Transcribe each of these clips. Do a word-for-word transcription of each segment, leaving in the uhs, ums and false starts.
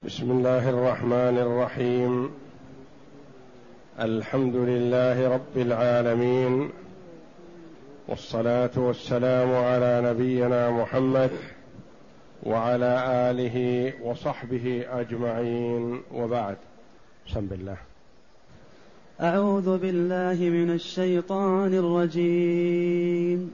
بسم الله الرحمن الرحيم. الحمد لله رب العالمين، والصلاة والسلام على نبينا محمد وعلى آله وصحبه أجمعين، وبعد. بسم الله. أعوذ بالله من الشيطان الرجيم.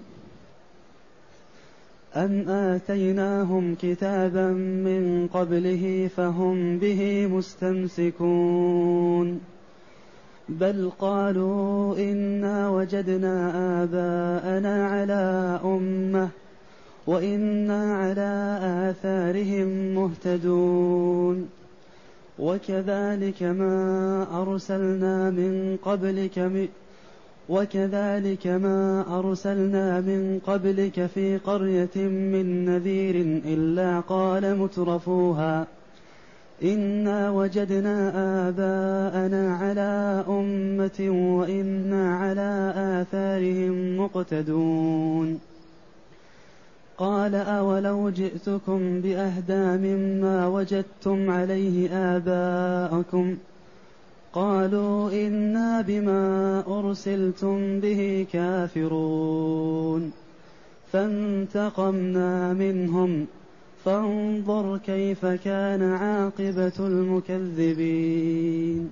أم آتيناهم كتابا من قبله فهم به مستمسكون بل قالوا إنا وجدنا آباءنا على أمة وإنا على آثارهم مهتدون وكذلك ما أرسلنا من قبلك من وكذلك ما أرسلنا من قبلك في قرية من نذير إلا قال مترفوها إنا وجدنا آباءنا على أمة وإنا على آثارهم مقتدون قال أولو جئتكم بأهدى مما وجدتم عليه آباءكم قالوا إنا بما أرسلتم به كافرون فانتقمنا منهم فانظر كيف كان عاقبة المكذبين.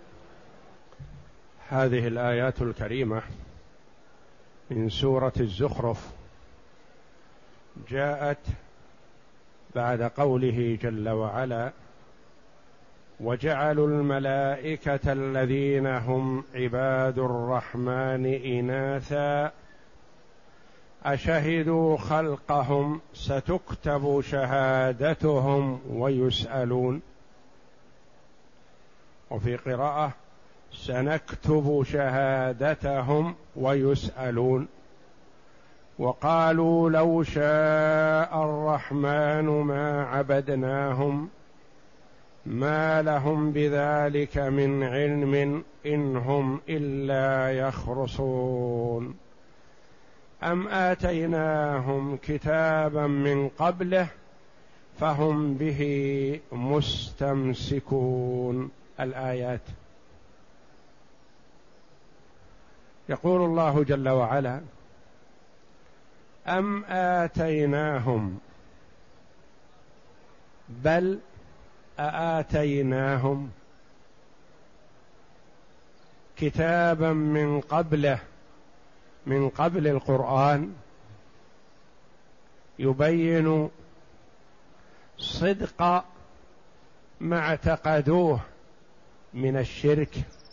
هذه الآيات الكريمة من سورة الزخرف جاءت بعد قوله جل وعلا: وجعلوا الملائكة الذين هم عباد الرحمن إناثا أشهدوا خلقهم ستكتب شهادتهم ويسألون، وفي قراءة سنكتب شهادتهم ويسألون. وقالوا لو شاء الرحمن ما عبدناهم ما لهم بذلك من علم إن هم إلا يخرصون أم آتيناهم كتابا من قبله فهم به مستمسكون. الآيات. يقول الله جل وعلا: أم آتيناهم، بل أآتيناهم كتابا من قبله، من قبل القرآن، يبين صدق ما اعتقدوه من الشرك،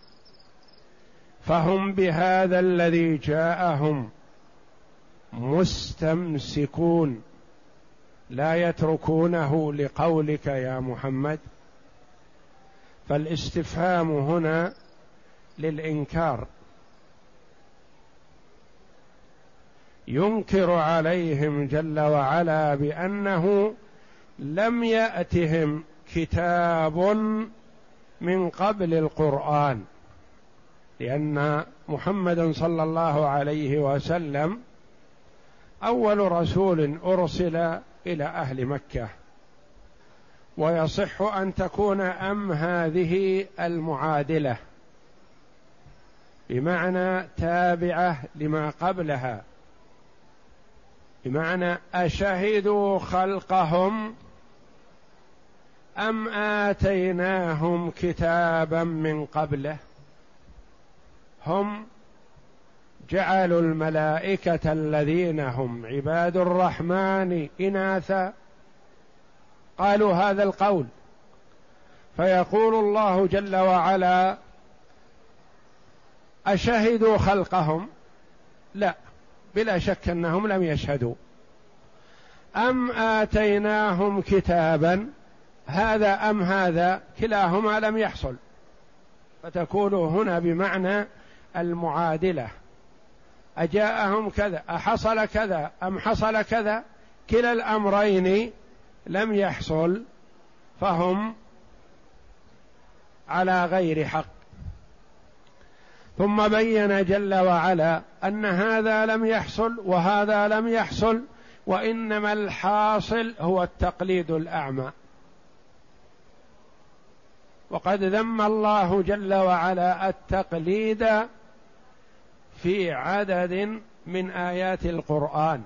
فهم بهذا الذي جاءهم مستمسكون لا يتركونه لقولك يا محمد. فالاستفهام هنا للإنكار، ينكر عليهم جل وعلا بأنه لم يأتهم كتاب من قبل القرآن، لأن محمدا صلى الله عليه وسلم أول رسول أرسل إلى أهل مكة، ويصح أن تكون أم هذه المعادلة بمعنى تابعة لما قبلها، بمعنى أشهدوا خلقهم أم آتيناهم كتابا من قبله. هم جعلوا الملائكة الذين هم عباد الرحمن إناثا، قالوا هذا القول، فيقول الله جل وعلا: أشهدوا خلقهم؟ لا، بلا شك أنهم لم يشهدوا. أم آتيناهم كتابا؟ هذا أم هذا كلاهما لم يحصل، فتكون هنا بمعنى المعادلة. أجاءهم كذا، أحصل كذا أم حصل كذا، كلا الأمرين لم يحصل، فهم على غير حق. ثم بين جل وعلا أن هذا لم يحصل وهذا لم يحصل، وإنما الحاصل هو التقليد الأعمى. وقد ذم الله جل وعلا التقليد في عدد من آيات القرآن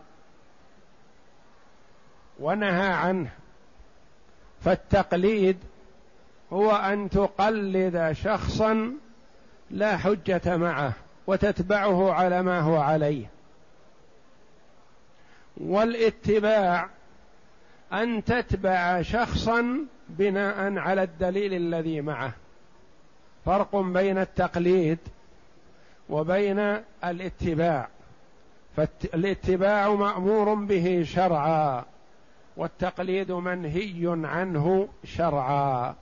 ونهى عنه. فالتقليد هو أن تقلد شخصا لا حجة معه وتتبعه على ما هو عليه، والاتباع أن تتبع شخصا بناء على الدليل الذي معه. فرق بين التقليد وبين الاتباع، فالاتباع مأمور به شرعا والتقليد منهي عنه شرعا.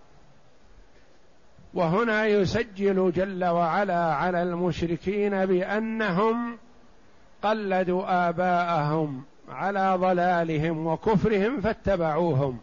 وهنا يسجل جل وعلا على المشركين بأنهم قلدوا آباءهم على ضلالهم وكفرهم فاتبعوهم،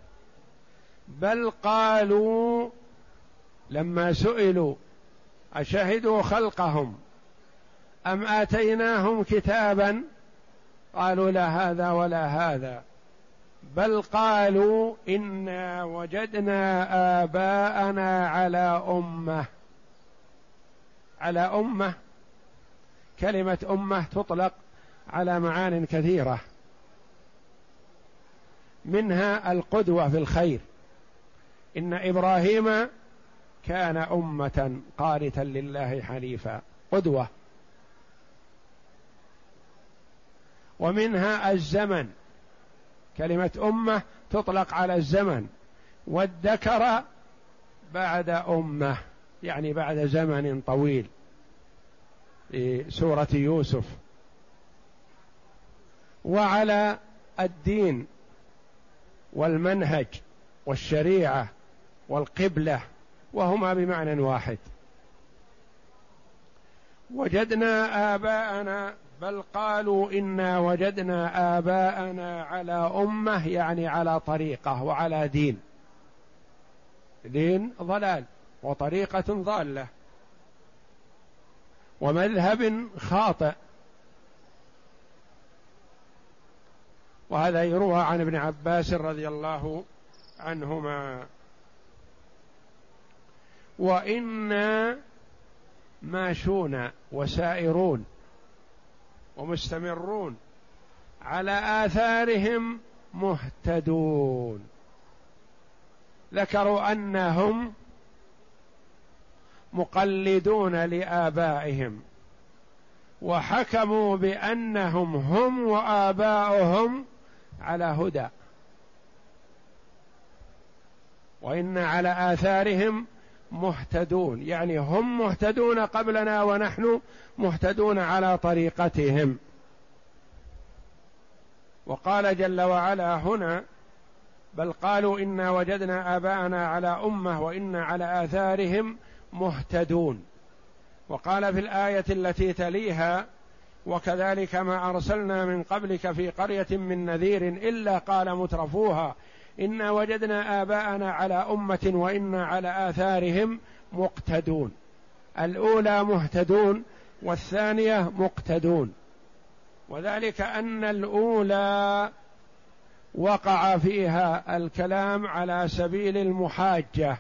بل قالوا لما سئلوا أشهدوا خلقهم أم آتيناهم كتابا قالوا لا هذا ولا هذا، بل قالوا إنا وجدنا آباءنا على أمة. على أمة، كلمة أمة تطلق على معان كثيرة، منها القدوة في الخير، إن إبراهيم كان أمة قانتا لله حنيفا، قدوة. ومنها الزمن، كلمة أمة تطلق على الزمن، والذكر بعد أمة يعني بعد زمن طويل في سورة يوسف. وعلى الدين والمنهج والشريعة والقبلة، وهما بمعنى واحد. وجدنا آباءنا، بل قالوا إنا وجدنا آباءنا على أمة يعني على طريقة وعلى دين، دين ضلال وطريقة ضالة ومذهب خاطئ. وهذا يروى عن ابن عباس رضي الله عنهما. وإنا ماشون وسائرون ومستمرون على آثارهم مهتدون. ذكروا أنهم مقلدون لآبائهم، وحكموا بأنهم هم وآباؤهم على هدى. وإن على آثارهم مهتدون يعني هم مهتدون قبلنا ونحن مهتدون على طريقتهم. وقال جل وعلا هنا بل قالوا إنا وجدنا آباءنا على أمة وإنا على آثارهم مهتدون. وقال في الآية التي تليها وكذلك ما أرسلنا من قبلك في قرية من نذير إلا قال مترفوها إنا وجدنا آباءنا على أمة وإنا على آثارهم مقتدون. الأولى مهتدون والثانية مقتدون، وذلك أن الأولى وقع فيها الكلام على سبيل المحاجة،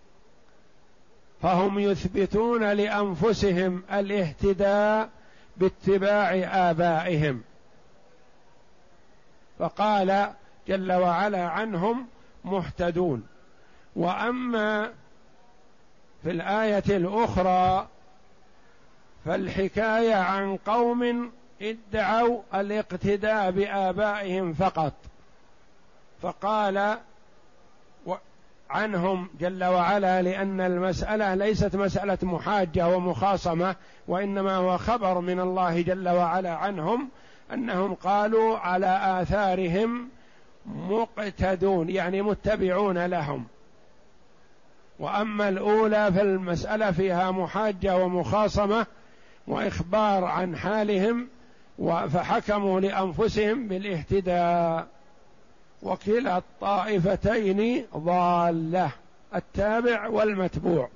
فهم يثبتون لأنفسهم الاهتداء باتباع آبائهم، فقال جل وعلا عنهم مهتدون. وأما في الآية الأخرى فالحكاية عن قوم ادعوا الاقتداء بآبائهم فقط، فقال عنهم جل وعلا لأن المسألة ليست مسألة محاجة ومخاصمة، وإنما هو خبر من الله جل وعلا عنهم أنهم قالوا على آثارهم مقتدون يعني متبعون لهم. وأما الأولى فالمسألة فيها محاجة ومخاصمة وإخبار عن حالهم، فحكموا لأنفسهم بالاهتداء. وكلا الطائفتين ضالة، التابع والمتبوع.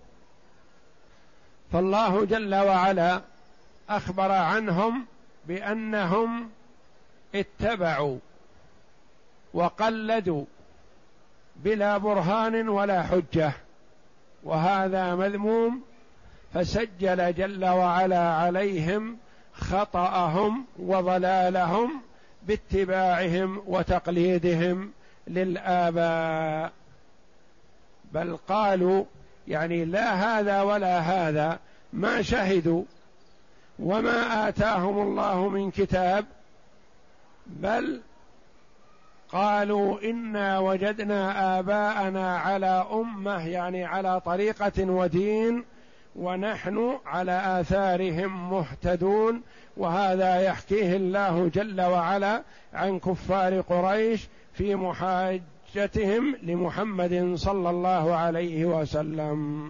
فالله جل وعلا أخبر عنهم بأنهم اتبعوا وقلدوا بلا برهان ولا حجة، وهذا مذموم، فسجل جل وعلا عليهم خطأهم وضلالهم باتباعهم وتقليدهم للآباء. بل قالوا يعني لا هذا ولا هذا، ما شهدوا وما آتاهم الله من كتاب، بل قالوا إنا وجدنا آباءنا على أمة، يعني على طريقة ودين، ونحن على آثارهم مهتدون. وهذا يحكيه الله جل وعلا عن كفار قريش في محاجتهم لمحمد صلى الله عليه وسلم.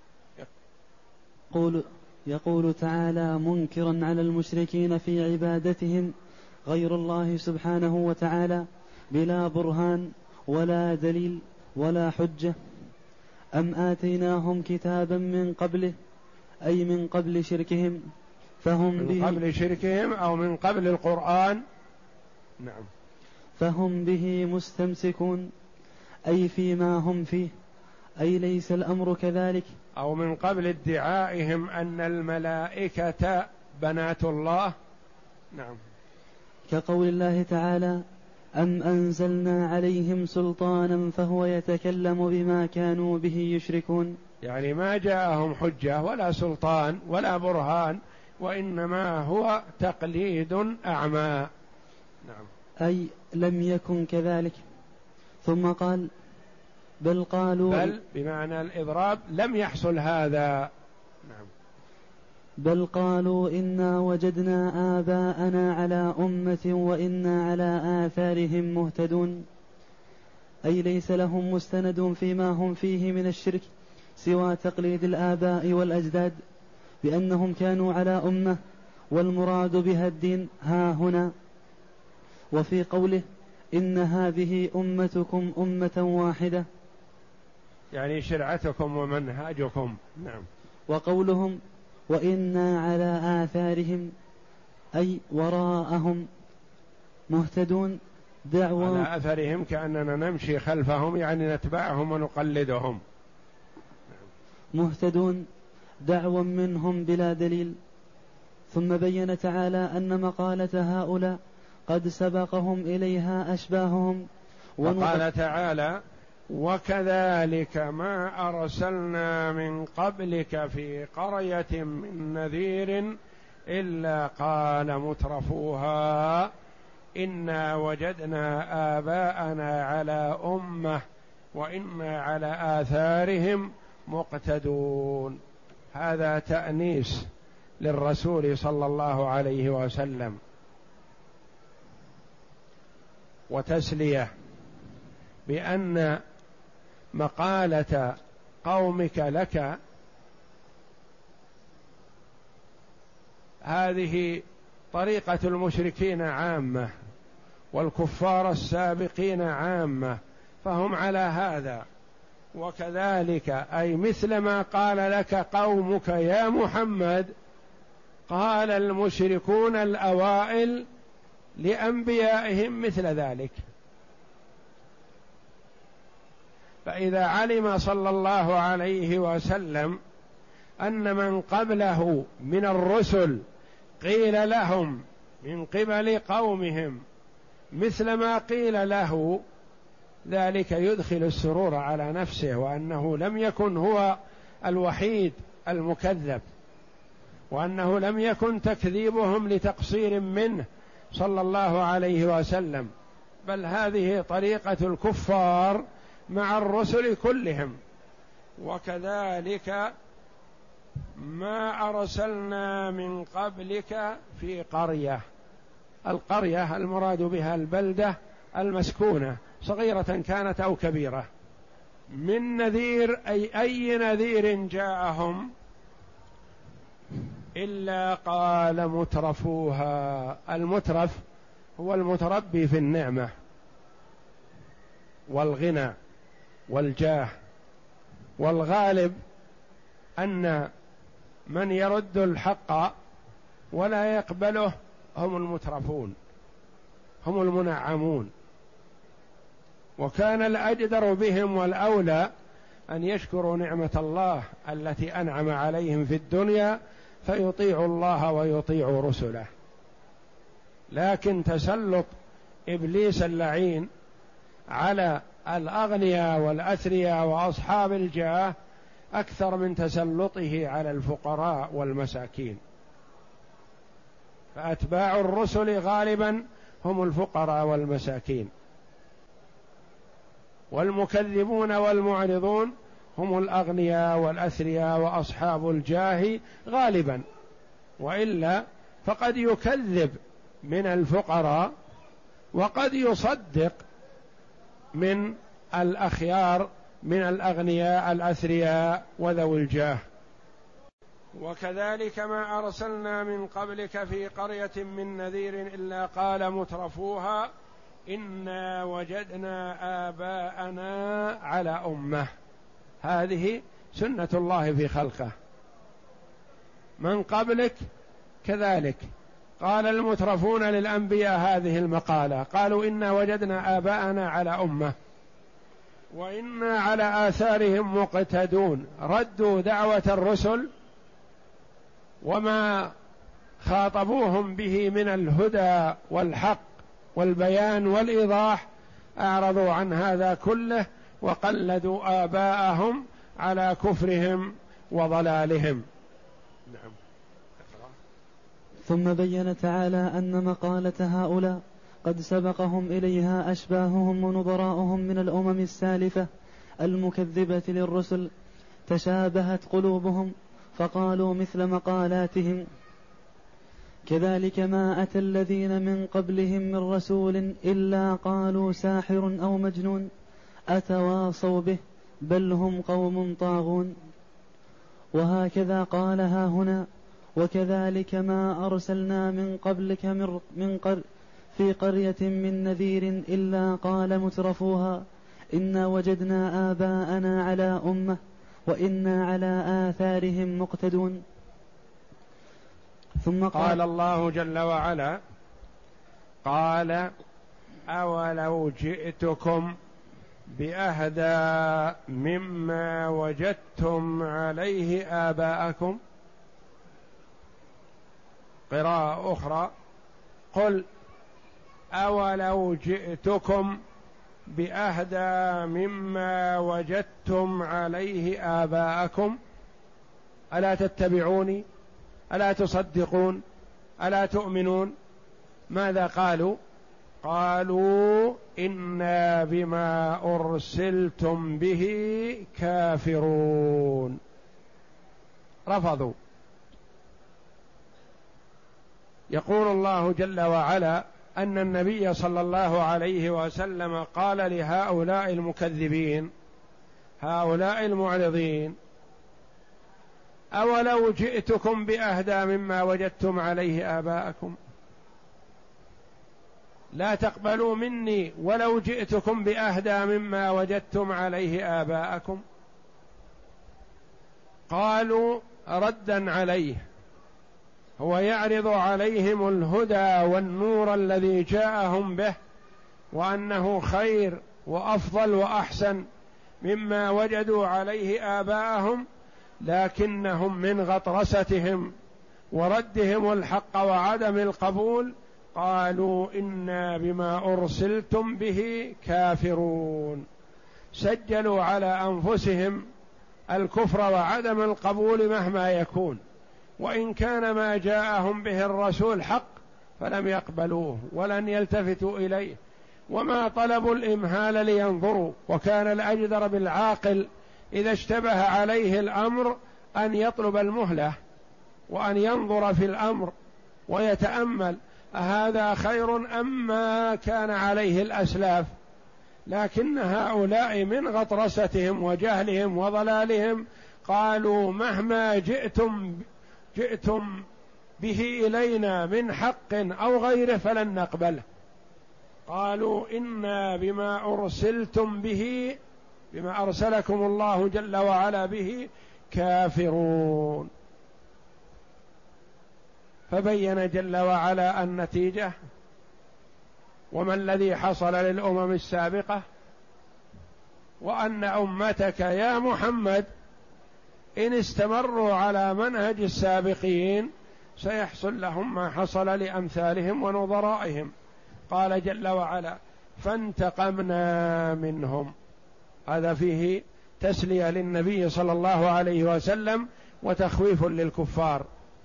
يقول, يقول تعالى منكرا على المشركين في عبادتهم غير الله سبحانه وتعالى بلا برهان ولا دليل ولا حجة: أم آتيناهم كتابا من قبله، أي من قبل شركهم فهم من به قبل شركهم أو من قبل القرآن، نعم، فهم به مستمسكون، أي فيما هم فيه، أي ليس الأمر كذلك. أو من قبل ادعائهم أن الملائكة بنات الله، نعم، كقول الله تعالى: أم أنزلنا عليهم سلطانا فهو يتكلم بما كانوا به يشركون. يعني ما جاءهم حجة ولا سلطان ولا برهان، وإنما هو تقليد أعمى، نعم، أي لم يكن كذلك. ثم قال: بل قالوا بل بمعنى الإضراب لم يحصل هذا، نعم، بل قالوا إنا وجدنا آباءنا على أمة وإنا على آثارهم مهتدون، أي ليس لهم مستند فيما هم فيه من الشرك سوى تقليد الآباء والأجداد بأنهم كانوا على أمة، والمراد بها الدين ها هنا. وفي قوله: إن هذه أمتكم أمة واحدة، يعني شرعتكم ومنهجكم، نعم. وقولهم: وإنا على آثارهم، أي وراءهم مهتدون، دعوة على أثرهم كأننا نمشي خلفهم، يعني نتبعهم ونقلدهم، مهتدون دعوة منهم بلا دليل. ثم بين تعالى أن مقالة هؤلاء قد سبقهم إليها أشباههم. وقال تعالى: وكذلك ما أرسلنا من قبلك في قرية من نذير إلا قال مترفوها إنا وجدنا آباءنا على أمة وإنا على آثارهم مقتدون. هذا تأنيس للرسول صلى الله عليه وسلم وتسلية بأن مقالة قومك لك هذه طريقة المشركين عامة والكفار السابقين عامة، فهم على هذا. وكذلك أي مثل ما قال لك قومك يا محمد، قال المشركون الأوائل لأنبيائهم مثل ذلك. فإذا علم صلى الله عليه وسلم أن من قبله من الرسل قيل لهم من قبل قومهم مثل ما قيل له، ذلك يدخل السرور على نفسه، وأنه لم يكن هو الوحيد المكذب، وأنه لم يكن تكذيبهم لتقصير منه صلى الله عليه وسلم، بل هذه طريقة الكفار مع الرسل كلهم. وكذلك ما أرسلنا من قبلك في قرية، القرية المراد بها البلدة المسكونة صغيرة كانت أو كبيرة، من نذير أي أي نذير جاءهم إلا قال مترفوها. المترف هو المتربي في النعمة والغنى والجاه، والغالب أن من يرد الحق ولا يقبله هم المترفون، هم المنعمون. وكان الأجدر بهم والأولى أن يشكروا نعمة الله التي أنعم عليهم في الدنيا فيطيعوا الله ويطيعوا رسله. لكن تسلط إبليس اللعين على الأغنياء والأثرياء وأصحاب الجاه أكثر من تسلطه على الفقراء والمساكين، فأتباع الرسل غالبا هم الفقراء والمساكين، والمكذبون والمعرضون هم الأغنياء والأثرياء وأصحاب الجاه غالبا، وإلا فقد يكذب من الفقراء وقد يصدق من الأخيار من الأغنياء الأثرياء وذوي الجاه. وكذلك ما أرسلنا من قبلك في قرية من نذير إلا قال مترفوها إنا وجدنا آباءنا على أمة. هذه سنة الله في خلقه، من قبلك كذلك قال المترفون للأنبياء هذه المقالة، قالوا إنا وجدنا آباءنا على أمة وإنا على آثارهم مقتدون، ردوا دعوة الرسل وما خاطبوهم به من الهدى والحق والبيان والإيضاح، أعرضوا عن هذا كله وقلدوا آباءهم على كفرهم وضلالهم. نعم. ثم بين تعالى أن مقالة هؤلاء قد سبقهم إليها أشباههم ونظراؤهم من الأمم السالفة المكذبة للرسل، تشابهت قلوبهم فقالوا مثل مقالاتهم. كذلك ما أتى الذين من قبلهم من رسول إلا قالوا ساحر أو مجنون أتواصوا به بل هم قوم طاغون. وهكذا قال ها هنا وكذلك ما أرسلنا من قبلك من قر في قرية من نذير إلا قال مترفوها إنا وجدنا آباءنا على أمة وإنا على آثارهم مقتدون. ثم قال, قال الله جل وعلا قال أولو جئتكم بأهدى مما وجدتم عليه آباءكم. قراءة أخرى قل أولو جئتكم بأهدى مما وجدتم عليه آباءكم ألا تتبعوني ألا تصدقون ألا تؤمنون. ماذا قالوا؟ قالوا إنا بما أرسلتم به كافرون، رفضوا. يقول الله جل وعلا أن النبي صلى الله عليه وسلم قال لهؤلاء المكذبين هؤلاء المعرضين أولو جئتكم بأهدى مما وجدتم عليه آباءكم، لا تقبلوا مني ولو جئتكم بأهدى مما وجدتم عليه آباءكم. قالوا ردا عليه، هو يعرض عليهم الهدى والنور الذي جاءهم به وأنه خير وأفضل وأحسن مما وجدوا عليه آباءهم، لكنهم من غطرستهم وردهم الحق وعدم القبول قالوا إنا بما أرسلتم به كافرون، سجلوا على أنفسهم الكفر وعدم القبول مهما يكون، وإن كان ما جاءهم به الرسول حق فلم يقبلوه ولن يلتفتوا إليه، وما طلبوا الإمهال لينظروا. وكان الأجدر بالعاقل إذا اشتبه عليه الأمر أن يطلب المهلة وأن ينظر في الأمر ويتأمل أهذا خير أم ما كان عليه الأسلاف. لكن هؤلاء من غطرستهم وجهلهم وضلالهم قالوا مهما جئتم جئتم به إلينا من حق أو غيره فلن نقبله. قالوا إنا بما أرسلتم به بما أرسلكم الله جل وعلا به كافرون. فبين جل وعلا النتيجة وما الذي حصل للأمم السابقة. وأن أمتك يا محمد إن استمروا على منهج السابقين سيحصل لهم ما حصل لأمثالهم ونظرائهم. قال جل وعلا: فانتقمنا منهم. هذا فيه تسلية للنبي صلى الله عليه وسلم وتخويف للكفار.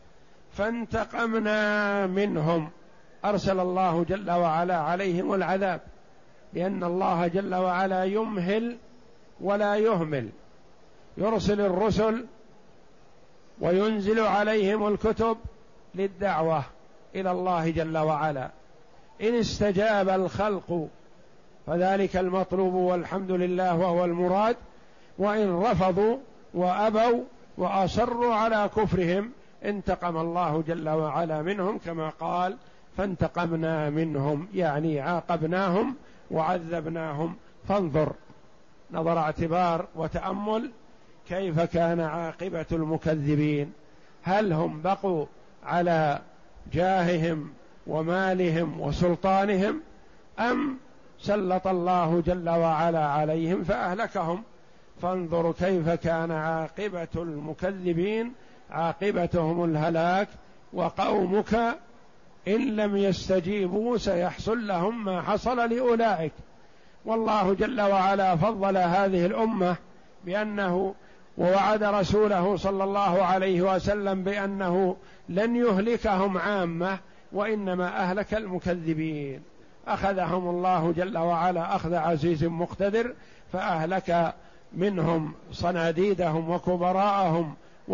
فانتقمنا منهم، أرسل الله جل وعلا عليهم العذاب، لأن الله جل وعلا يمهل ولا يهمل، يرسل الرسل وينزل عليهم الكتب للدعوة إلى الله جل وعلا. إن استجاب الخلق فذلك المطلوب والحمد لله وهو المراد، وإن رفضوا وأبوا وأصروا على كفرهم انتقم الله جل وعلا منهم، كما قال: فانتقمنا منهم، يعني عاقبناهم وعذبناهم. فانظر نظر اعتبار وتأمل كيف كان عاقبة المكذبين. هل هم بقوا على جاههم ومالهم وسلطانهم، أم سلط الله جل وعلا عليهم فأهلكهم؟ فانظر كيف كان عاقبة المكذبين، عاقبتهم الهلاك. وقومك إن لم يستجيبوا سيحصل لهم ما حصل لأولئك. والله جل وعلا فضل هذه الأمة بأنه ووعد رسوله صلى الله عليه وسلم بأنه لن يهلكهم عامة، وإنما أهلك المكذبين. أخذهم الله جل وعلا أخذ عزيز مقتدر، فأهلك منهم صناديدهم وكبراءهم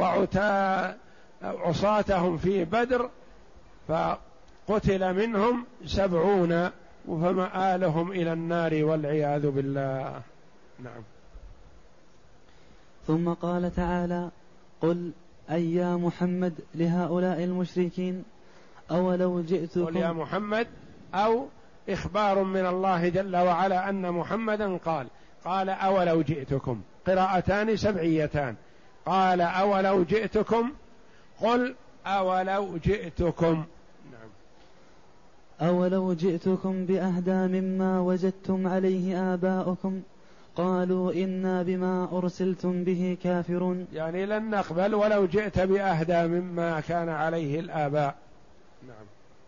وعصاتهم في بدر، فقتل منهم سبعون، فمآلهم إلى النار والعياذ بالله. نعم. ثم قال تعالى: قل أي يا محمد لهؤلاء المشركين أولو جئتكم. قل يا محمد، أو إخبار من الله جل وعلا أن محمدا قال. قال: أولو جئتكم، قراءتان سبعيتان. قال: أولو جئتكم، قل أولو جئتكم. نعم. أولو جئتكم بأهدى مما وجدتم عليه آباؤكم قالوا إنا بما أرسلتم به كافرون. يعني لن نقبل ولو جئت بأهدى مما كان عليه الآباء. نعم.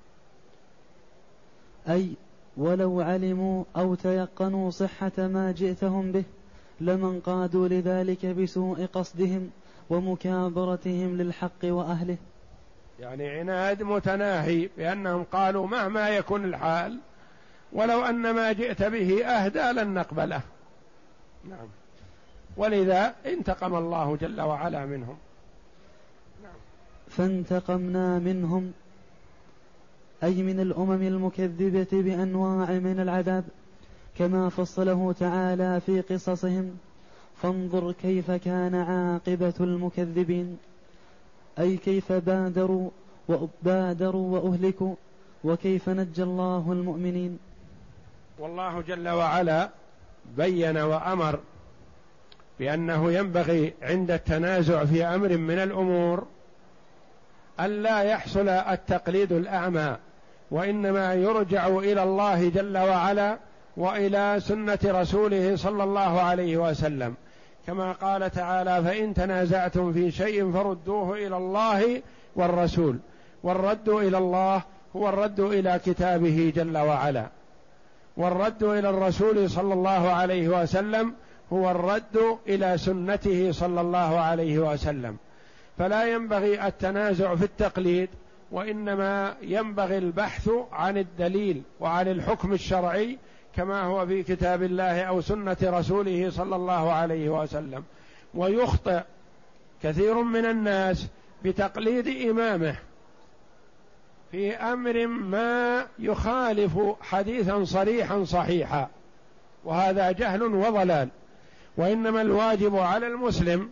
أي ولو علموا أو تيقنوا صحة ما جئتهم به لما انقادوا لذلك بسوء قصدهم ومكابرتهم للحق وأهله. يعني عناد متناهي، بأنهم قالوا مهما يكون الحال ولو أن ما جئت به أهدى لن نقبله. نعم. ولذا انتقم الله جل وعلا منهم. نعم. فانتقمنا منهم أي من الأمم المكذبة بأنواع من العذاب كما فصله تعالى في قصصهم. فانظر كيف كان عاقبة المكذبين، أي كيف بادروا وبادروا وأهلكوا، وكيف نجى الله المؤمنين. والله جل وعلا بين وأمر بأنه ينبغي عند التنازع في أمر من الأمور ألا يحصل التقليد الأعمى، وإنما يرجع إلى الله جل وعلا وإلى سنة رسوله صلى الله عليه وسلم، كما قال تعالى: فإن تنازعتم في شيء فردوه إلى الله والرسول. والرد إلى الله هو الرد إلى كتابه جل وعلا، والرد إلى الرسول صلى الله عليه وسلم هو الرد إلى سنته صلى الله عليه وسلم. فلا ينبغي التنازع في التقليد، وإنما ينبغي البحث عن الدليل وعن الحكم الشرعي كما هو في كتاب الله أو سنة رسوله صلى الله عليه وسلم. ويخطئ كثير من الناس بتقليد إمامه في أمر ما يخالف حديثا صريحا صحيحا، وهذا جهل وضلال. وإنما الواجب على المسلم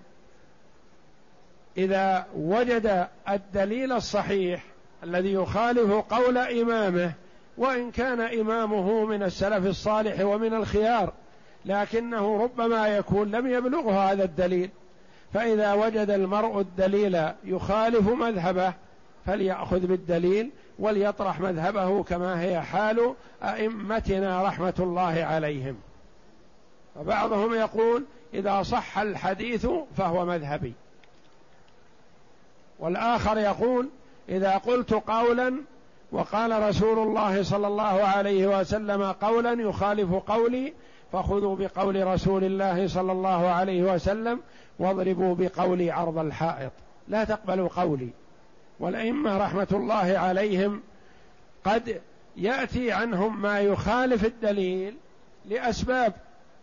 إذا وجد الدليل الصحيح الذي يخالف قول إمامه، وإن كان إمامه من السلف الصالح ومن الخيار، لكنه ربما يكون لم يبلغه هذا الدليل، فإذا وجد المرء الدليل يخالف مذهبه فليأخذ بالدليل وليطرح مذهبه، كما هي حال أئمتنا رحمة الله عليهم. فبعضهم يقول إذا صح الحديث فهو مذهبي، والآخر يقول إذا قلت قولا وقال رسول الله صلى الله عليه وسلم قولا يخالف قولي فخذوا بقول رسول الله صلى الله عليه وسلم واضربوا بقولي عرض الحائط، لا تقبلوا قولي. والأئمة رحمة الله عليهم قد يأتي عنهم ما يخالف الدليل لأسباب،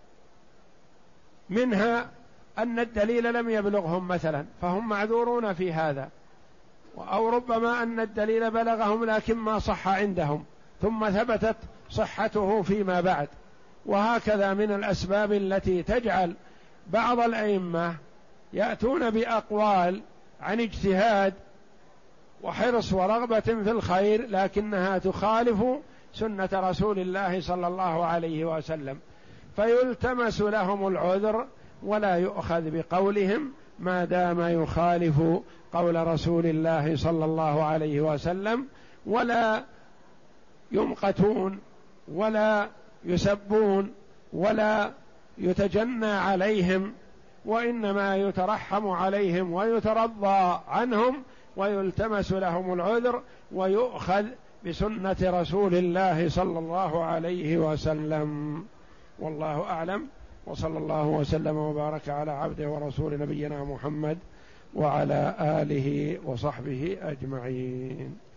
منها أن الدليل لم يبلغهم مثلا فهم معذورون في هذا، أو ربما أن الدليل بلغهم لكن ما صح عندهم ثم ثبتت صحته فيما بعد. وهكذا من الأسباب التي تجعل بعض الأئمة يأتون بأقوال عن اجتهاد وحرص ورغبة في الخير لكنها تخالف سنة رسول الله صلى الله عليه وسلم، فيلتمس لهم العذر ولا يؤخذ بقولهم ما دام يخالف قول رسول الله صلى الله عليه وسلم، ولا يمقتون ولا يسبون ولا يتجنى عليهم، وإنما يترحم عليهم ويترضى عنهم ويلتمس لهم العذر ويؤخذ بسنة رسول الله صلى الله عليه وسلم. والله أعلم، وصلى الله وسلم وبارك على عبده ورسول نبينا محمد وعلى آله وصحبه أجمعين.